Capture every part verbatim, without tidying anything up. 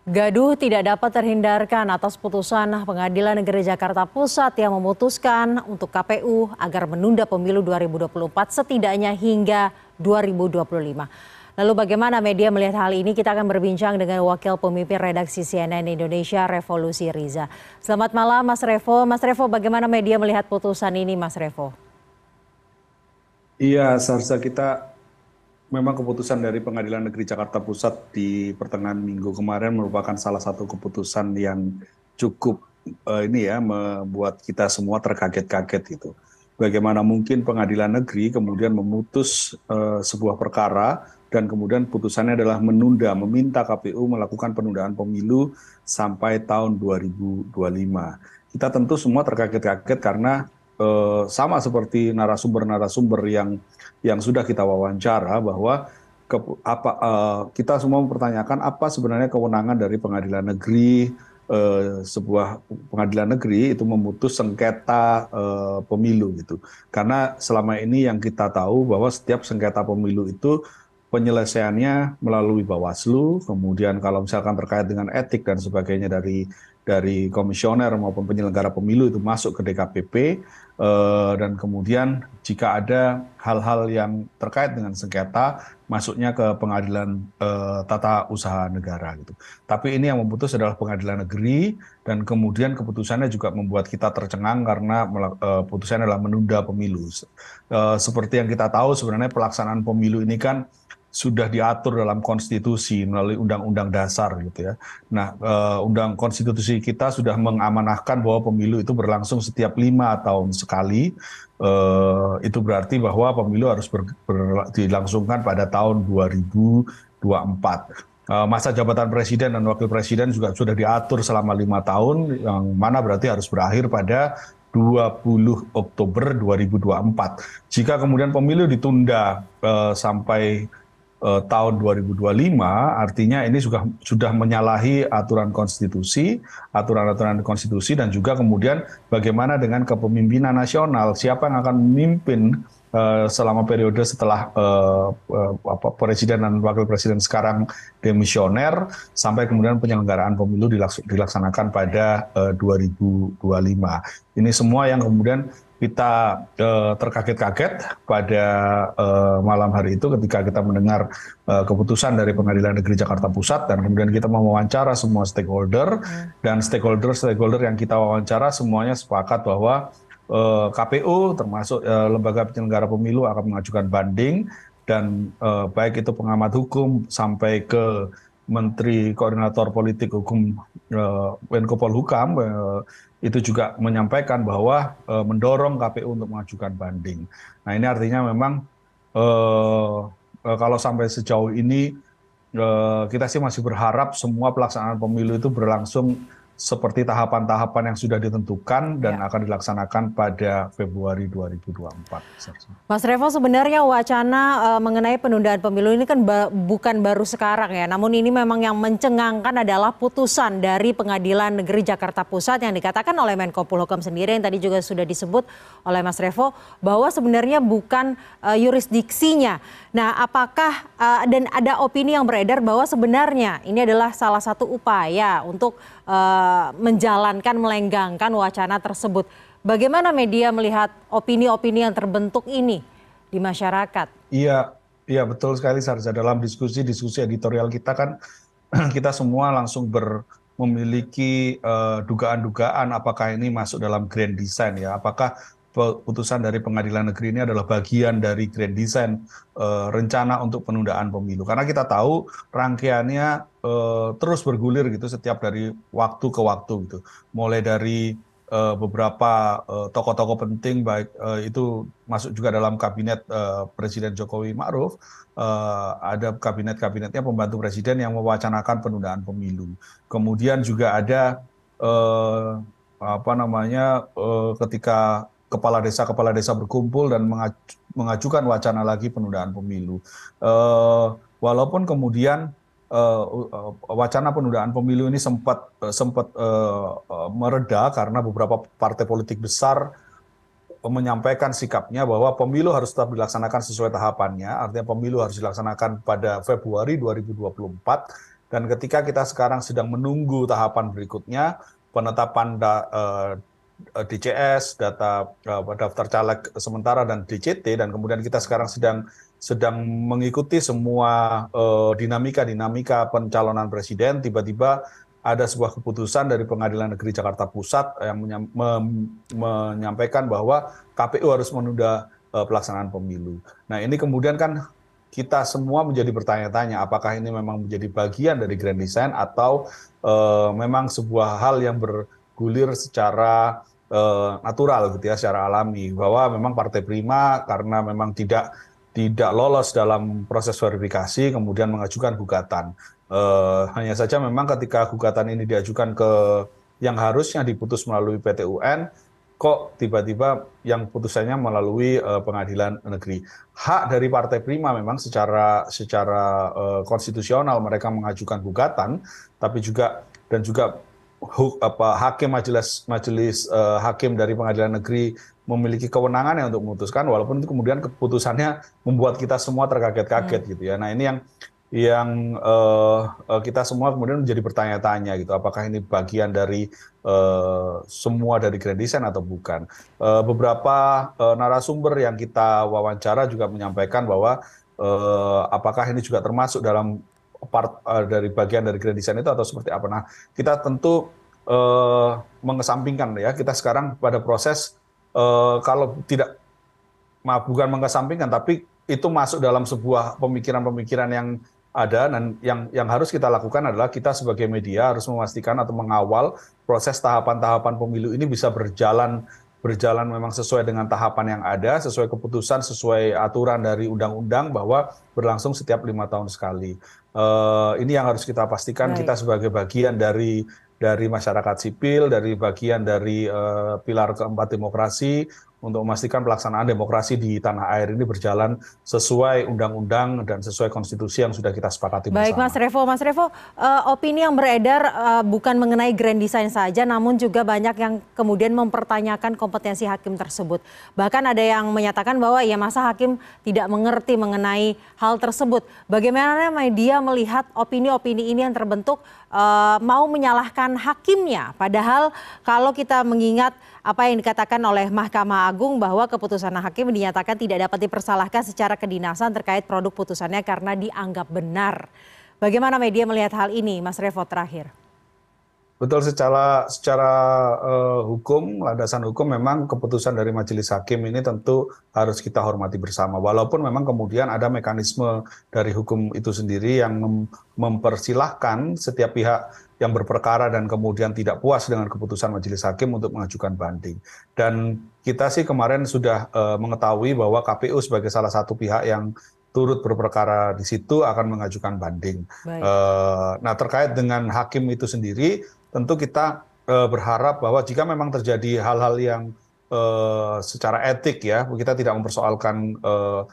Gaduh tidak dapat terhindarkan atas putusan Pengadilan Negeri Jakarta Pusat yang memutuskan untuk K P U agar menunda pemilu dua ribu dua puluh empat setidaknya hingga dua ribu dua puluh lima. Lalu bagaimana media melihat hal ini? Kita akan berbincang dengan Wakil Pemimpin Redaksi C N N Indonesia, Revolusi Riza. Selamat malam Mas Revo. Mas Revo, bagaimana media melihat putusan ini Mas Revo? Iya, seharusnya kita memang keputusan dari Pengadilan Negeri Jakarta Pusat di pertengahan minggu kemarin merupakan salah satu keputusan yang cukup eh, ini ya membuat kita semua terkaget-kaget gitu. Bagaimana mungkin pengadilan negeri kemudian memutus eh, sebuah perkara dan kemudian putusannya adalah menunda, meminta K P U melakukan penundaan pemilu sampai tahun dua ribu dua puluh lima. Kita tentu semua terkaget-kaget karena eh, sama seperti narasumber-narasumber yang yang sudah kita wawancara bahwa ke, apa, uh, kita semua mempertanyakan apa sebenarnya kewenangan dari pengadilan negeri, uh, sebuah pengadilan negeri itu memutus sengketa uh, pemilu gitu. Karena selama ini yang kita tahu bahwa setiap sengketa pemilu itu penyelesaiannya melalui Bawaslu, kemudian kalau misalkan terkait dengan etik dan sebagainya dari dari komisioner maupun penyelenggara pemilu itu masuk ke D K P P, eh, dan kemudian jika ada hal-hal yang terkait dengan sengketa masuknya ke pengadilan eh, tata usaha negara gitu. Tapi ini yang memutus adalah pengadilan negeri dan kemudian keputusannya juga membuat kita tercengang karena eh, putusannya adalah menunda pemilu. Eh, seperti yang kita tahu sebenarnya pelaksanaan pemilu ini kan sudah diatur dalam konstitusi melalui undang-undang dasar gitu ya. Nah, eh, undang konstitusi kita sudah mengamanahkan bahwa pemilu itu berlangsung setiap lima tahun sekali. Eh, itu berarti bahwa pemilu harus ber, ber, dilangsungkan pada tahun dua ribu dua puluh empat. Eh, masa jabatan presiden dan wakil presiden juga sudah diatur selama lima tahun, yang mana berarti harus berakhir pada dua puluh Oktober dua ribu dua puluh empat. Jika kemudian pemilu ditunda eh, sampai eh, tahun dua ribu dua puluh lima, artinya ini sudah sudah menyalahi aturan konstitusi, aturan-aturan konstitusi dan juga kemudian bagaimana dengan kepemimpinan nasional, siapa yang akan memimpin eh, selama periode setelah eh, eh, apa, presiden dan wakil presiden sekarang demisioner sampai kemudian penyelenggaraan pemilu dilaks dilaksanakan pada eh, dua ribu dua puluh lima. Ini semua yang kemudian kita eh, terkaget-kaget pada eh, malam hari itu ketika kita mendengar eh, keputusan dari Pengadilan Negeri Jakarta Pusat dan kemudian kita mewawancara semua stakeholder dan stakeholder-stakeholder yang kita wawancara semuanya sepakat bahwa eh, K P U termasuk eh, lembaga penyelenggara pemilu akan mengajukan banding dan eh, baik itu pengamat hukum sampai ke Menteri Koordinator Politik Hukum eh, Menko Polhukam eh, itu juga menyampaikan bahwa eh, mendorong K P U untuk mengajukan banding. Nah ini artinya memang eh, eh, kalau sampai sejauh ini eh, kita sih masih berharap semua pelaksanaan pemilu itu berlangsung seperti tahapan-tahapan yang sudah ditentukan dan Ya. akan dilaksanakan pada Februari dua ribu dua puluh empat. Mas Revo, sebenarnya wacana uh, mengenai penundaan pemilu ini kan ba bukan baru sekarang ya, namun ini memang yang mencengangkan adalah putusan dari Pengadilan Negeri Jakarta Pusat yang dikatakan oleh Menko Polhukam sendiri yang tadi juga sudah disebut oleh Mas Revo bahwa sebenarnya bukan uh, yurisdiksinya. Nah, apakah uh, dan ada opini yang beredar bahwa sebenarnya ini adalah salah satu upaya untuk uh, menjalankan, melenggangkan wacana tersebut. Bagaimana media melihat opini-opini yang terbentuk ini di masyarakat? Iya, iya betul sekali Sarza. Dalam diskusi-diskusi editorial kita kan kita semua langsung ber, memiliki eh, dugaan-dugaan apakah ini masuk dalam grand design ya, apakah putusan dari pengadilan negeri ini adalah bagian dari grand design eh, rencana untuk penundaan pemilu. Karena kita tahu rangkaiannya eh, terus bergulir gitu setiap dari waktu ke waktu gitu. Mulai dari eh, beberapa eh, tokoh-tokoh penting baik eh, itu masuk juga dalam kabinet eh, Presiden Jokowi Ma'ruf, eh, ada kabinet-kabinetnya pembantu presiden yang mewacanakan penundaan pemilu. Kemudian juga ada eh, apa namanya eh, ketika kepala desa-kepala desa berkumpul dan mengaj- mengajukan wacana lagi penundaan pemilu. Eh, walaupun kemudian eh, uh, wacana penundaan pemilu ini sempat eh, sempat eh, eh, mereda karena beberapa partai politik besar menyampaikan sikapnya bahwa pemilu harus tetap dilaksanakan sesuai tahapannya, artinya pemilu harus dilaksanakan pada Februari dua ribu dua puluh empat Dan ketika kita sekarang sedang menunggu tahapan berikutnya, penetapan da, uh, D C S, data uh, daftar caleg sementara dan D C T, dan kemudian kita sekarang sedang sedang mengikuti semua dinamika-dinamika uh, pencalonan presiden, tiba-tiba ada sebuah keputusan dari Pengadilan Negeri Jakarta Pusat yang menyam, me, menyampaikan bahwa K P U harus menunda uh, pelaksanaan pemilu. Nah, ini kemudian kan kita semua menjadi bertanya-tanya apakah ini memang menjadi bagian dari grand design atau uh, memang sebuah hal yang bergulir secara uh, natural gitu ya, secara alami, bahwa memang Partai Prima karena memang tidak tidak lolos dalam proses verifikasi kemudian mengajukan gugatan. Uh, hanya saja memang ketika gugatan ini diajukan ke yang harusnya diputus melalui P T U N, kok tiba-tiba yang putusannya melalui uh, pengadilan negeri. Hak dari Partai Prima memang secara secara uh, konstitusional mereka mengajukan gugatan, tapi juga dan juga huk, apa, hakim majelis majelis uh, hakim dari pengadilan negeri memiliki kewenangan untuk memutuskan, walaupun itu kemudian keputusannya membuat kita semua terkaget-kaget hmm. gitu ya. Nah, ini yang yang uh, uh, kita semua kemudian menjadi bertanya-tanya gitu, apakah ini bagian dari uh, semua dari grand design atau bukan. Uh, beberapa uh, narasumber yang kita wawancara juga menyampaikan bahwa uh, apakah ini juga termasuk dalam part uh, dari bagian dari grand design itu atau seperti apa. Nah, kita tentu uh, mengesampingkan ya, kita sekarang pada proses uh, kalau tidak, maaf bukan mengesampingkan, tapi itu masuk dalam sebuah pemikiran-pemikiran yang ada, dan yang yang harus kita lakukan adalah kita sebagai media harus memastikan atau mengawal proses tahapan-tahapan pemilu ini bisa berjalan berjalan memang sesuai dengan tahapan yang ada, sesuai keputusan, sesuai aturan dari undang-undang bahwa berlangsung setiap lima tahun sekali. Uh, ini yang harus kita pastikan. Baik. Kita sebagai bagian dari dari masyarakat sipil, dari bagian dari uh, pilar keempat demokrasi, untuk memastikan pelaksanaan demokrasi di tanah air ini berjalan sesuai undang-undang dan sesuai konstitusi yang sudah kita sepakati bersama. Baik, Mas Revo. Mas Revo, uh, opini yang beredar uh, bukan mengenai grand design saja, namun juga banyak yang kemudian mempertanyakan kompetensi hakim tersebut. Bahkan ada yang menyatakan bahwa ya masa hakim tidak mengerti mengenai hal tersebut. Bagaimana media melihat opini-opini ini yang terbentuk uh, mau menyalahkan hakimnya? Padahal kalau kita mengingat apa yang dikatakan oleh Mahkamah Agung bahwa keputusan hakim dinyatakan tidak dapat dipersalahkan secara kedinasan terkait produk putusannya karena dianggap benar. Bagaimana media melihat hal ini, Mas Revo, terakhir? Betul, secara secara uh, hukum, landasan hukum memang keputusan dari majelis hakim ini tentu harus kita hormati bersama. Walaupun memang kemudian ada mekanisme dari hukum itu sendiri yang mem mempersilahkan setiap pihak yang berperkara dan kemudian tidak puas dengan keputusan majelis hakim untuk mengajukan banding. Dan kita sih kemarin sudah uh, mengetahui bahwa K P U sebagai salah satu pihak yang turut berperkara di situ akan mengajukan banding. Uh, nah, terkait dengan hakim itu sendiri, tentu kita uh, berharap bahwa jika memang terjadi hal-hal yang uh, secara etik ya, kita tidak mempersoalkan uh,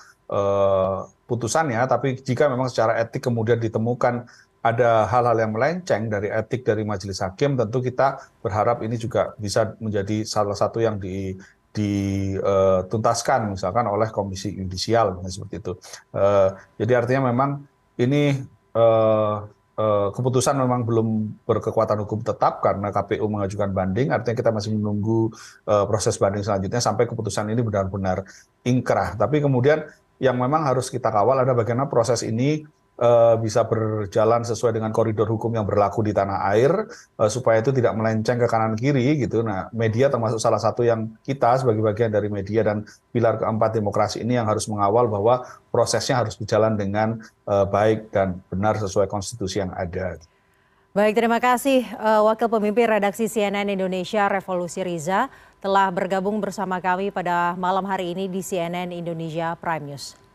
uh, putusannya, tapi jika memang secara etik kemudian ditemukan ada hal-hal yang melenceng dari etik dari majelis hakim, tentu kita berharap ini juga bisa menjadi salah satu yang di dituntaskan uh, misalkan oleh komisi yudisial seperti itu. Uh, jadi artinya memang ini uh, uh, keputusan memang belum berkekuatan hukum tetap karena K P U mengajukan banding, artinya kita masih menunggu uh, proses banding selanjutnya sampai keputusan ini benar-benar ingkrah. Tapi kemudian yang memang harus kita kawal ada bagaimana proses ini Uh, bisa berjalan sesuai dengan koridor hukum yang berlaku di tanah air, uh, supaya itu tidak melenceng ke kanan kiri gitu. Nah, media termasuk salah satu yang kita sebagai bagian dari media dan pilar keempat demokrasi ini yang harus mengawal bahwa prosesnya harus berjalan dengan uh, baik dan benar sesuai konstitusi yang ada. Baik, terima kasih uh, Wakil Pemimpin Redaksi C N N Indonesia Revolusi Riza telah bergabung bersama kami pada malam hari ini di C N N Indonesia Prime News.